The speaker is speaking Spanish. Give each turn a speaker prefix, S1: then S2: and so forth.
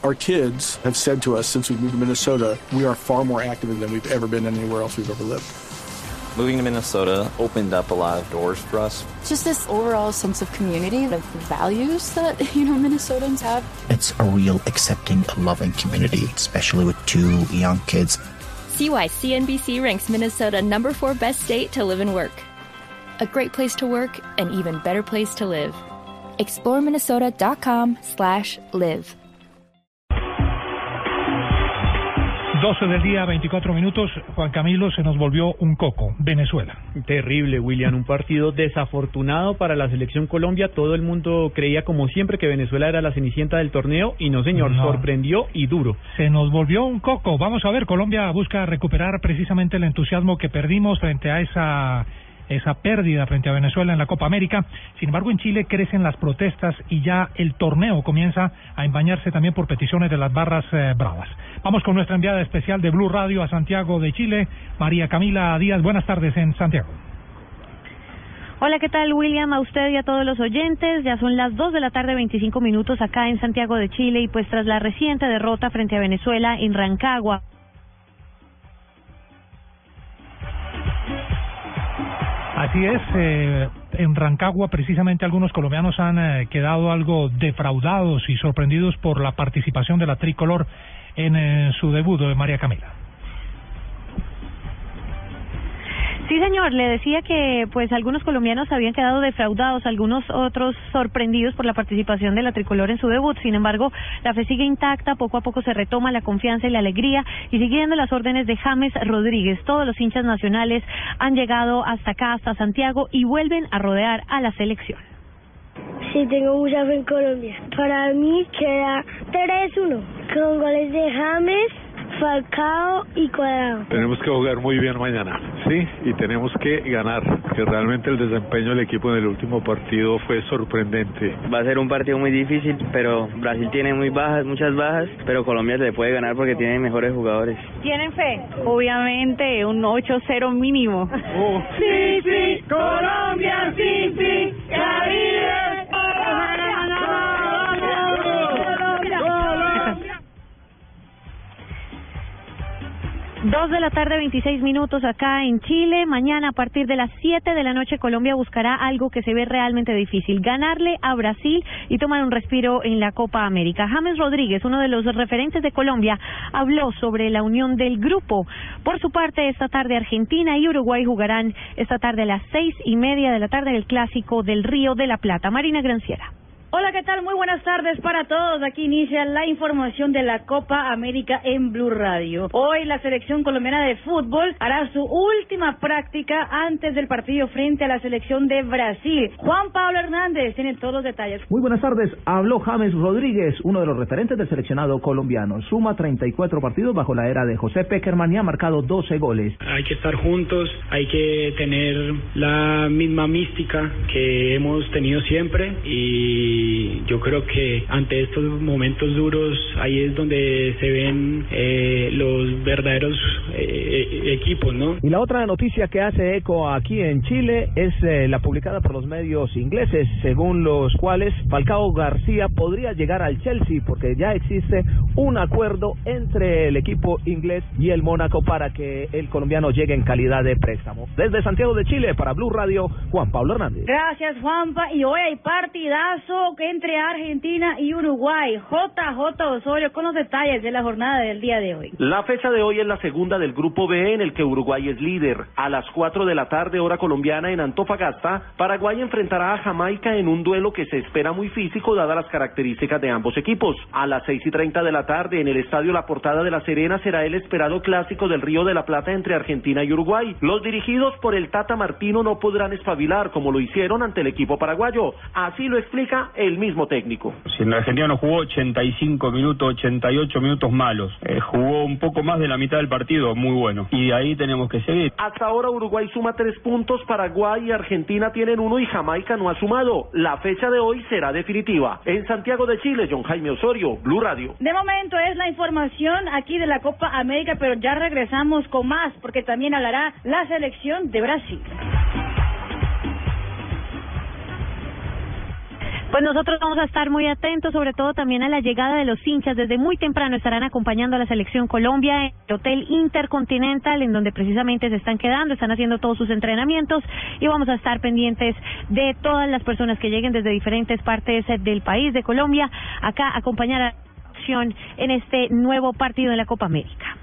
S1: Our kids have said to us since we moved to Minnesota, we are far more active than we've ever been anywhere else we've ever lived.
S2: Moving to Minnesota opened up a lot of doors for us.
S3: Just this overall sense of community, the values that, Minnesotans have.
S4: It's a real accepting, loving community, especially with 2 young kids.
S5: See why CNBC ranks Minnesota number 4 best state to live and work. A great place to work, an even better place to live. ExploreMinnesota.com/live.
S6: 12 del día, 24 minutos. Juan Camilo, se nos volvió un coco. Venezuela.
S7: Terrible, William. Un partido desafortunado para la selección Colombia. Todo el mundo creía, como siempre, que Venezuela era la cenicienta del torneo. Y no, señor, sorprendió y duro.
S6: Se nos volvió un coco. Vamos a ver, Colombia busca recuperar precisamente el entusiasmo que perdimos frente a esa pérdida frente a Venezuela en la Copa América. Sin embargo, en Chile crecen las protestas y ya el torneo comienza a empañarse también por peticiones de las barras bravas. Vamos con nuestra enviada especial de Blue Radio a Santiago de Chile, María Camila Díaz. Buenas tardes en Santiago.
S8: Hola, ¿qué tal, William? A usted y a todos los oyentes. Ya son las 2 de la tarde, 25 minutos acá en Santiago de Chile, y pues tras la reciente derrota frente a Venezuela en Rancagua.
S6: Así es, en Rancagua precisamente algunos colombianos han quedado algo defraudados y sorprendidos por la participación de la tricolor en su debut, María Camila.
S8: Sí, señor, le decía que pues algunos colombianos habían quedado defraudados, algunos otros sorprendidos por la participación de la tricolor en su debut. Sin embargo, la fe sigue intacta, poco a poco se retoma la confianza y la alegría, y siguiendo las órdenes de James Rodríguez, todos los hinchas nacionales han llegado hasta acá, hasta Santiago, y vuelven a rodear a la selección.
S9: Sí, tengo mucha fe en Colombia. Para mí queda 3-1, con goles de James, Falcao y Cuadrado.
S10: Tenemos que jugar muy bien mañana, sí, y tenemos que ganar, que realmente el desempeño del equipo en el último partido fue sorprendente.
S11: Va a ser un partido muy difícil, pero Brasil tiene muchas bajas, pero Colombia se le puede ganar porque tiene mejores jugadores.
S8: ¿Tienen fe? Obviamente, un 8-0 mínimo.
S9: Sí, sí, Colombia, sí, sí, Caribe.
S8: 2 de la tarde, 26 minutos acá en Chile. Mañana a partir de las 7 de la noche Colombia buscará algo que se ve realmente difícil: ganarle a Brasil y tomar un respiro en la Copa América. James Rodríguez, uno de los referentes de Colombia, habló sobre la unión del grupo. Por su parte, esta tarde Argentina y Uruguay jugarán esta tarde a las 6:30 de la tarde el clásico del Río de la Plata. Marina Granciera.
S12: Hola, ¿qué tal? Muy buenas tardes para todos. Aquí inicia la información de la Copa América en Blue Radio. Hoy la selección colombiana de fútbol hará su última práctica antes del partido frente a la selección de Brasil. Juan Pablo Hernández tiene todos los detalles.
S13: Muy buenas tardes. Habló James Rodríguez, uno de los referentes del seleccionado colombiano. Suma 34 partidos bajo la era de José Peckerman y ha marcado 12 goles.
S14: Hay que estar juntos, hay que tener la misma mística que hemos tenido siempre, y yo creo que ante estos momentos duros ahí es donde se ven los verdaderos equipos, ¿no?
S13: Y la otra noticia que hace eco aquí en Chile es la publicada por los medios ingleses, según los cuales Falcao García podría llegar al Chelsea, porque ya existe un acuerdo entre el equipo inglés y el Mónaco para que el colombiano llegue en calidad de préstamo. Desde Santiago de Chile para Blue Radio, Juan Pablo Hernández.
S12: Gracias, Juanpa. Y hoy hay partidazo entre Argentina y Uruguay. JJ Osorio con los detalles de la jornada del día de hoy.
S15: La fecha de hoy es la segunda del Grupo B, en el que Uruguay es líder. A las 4 de la tarde, hora colombiana, en Antofagasta, Paraguay enfrentará a Jamaica en un duelo que se espera muy físico, dadas las características de ambos equipos. A las 6:30 de la tarde, en el Estadio La Portada de La Serena, será el esperado clásico del Río de la Plata entre Argentina y Uruguay. Los dirigidos por el Tata Martino no podrán espabilar como lo hicieron ante el equipo paraguayo. Así lo explica el mismo técnico.
S16: Si el argentino jugó 85 minutos, 88 minutos malos, jugó un poco más de la mitad del partido, muy bueno, y de ahí tenemos que seguir.
S15: Hasta ahora Uruguay suma 3 puntos, Paraguay y Argentina tienen 1 y Jamaica no ha sumado. La fecha de hoy será definitiva. En Santiago de Chile, John Jaime Osorio, Blue Radio.
S12: De momento es la información aquí de la Copa América, pero ya regresamos con más, porque también hablará la selección de Brasil.
S8: Pues nosotros vamos a estar muy atentos, sobre todo también a la llegada de los hinchas. Desde muy temprano estarán acompañando a la selección Colombia en el Hotel Intercontinental, en donde precisamente se están quedando, están haciendo todos sus entrenamientos, y vamos a estar pendientes de todas las personas que lleguen desde diferentes partes del país, de Colombia, acá a acompañar a la selección en este nuevo partido de la Copa América.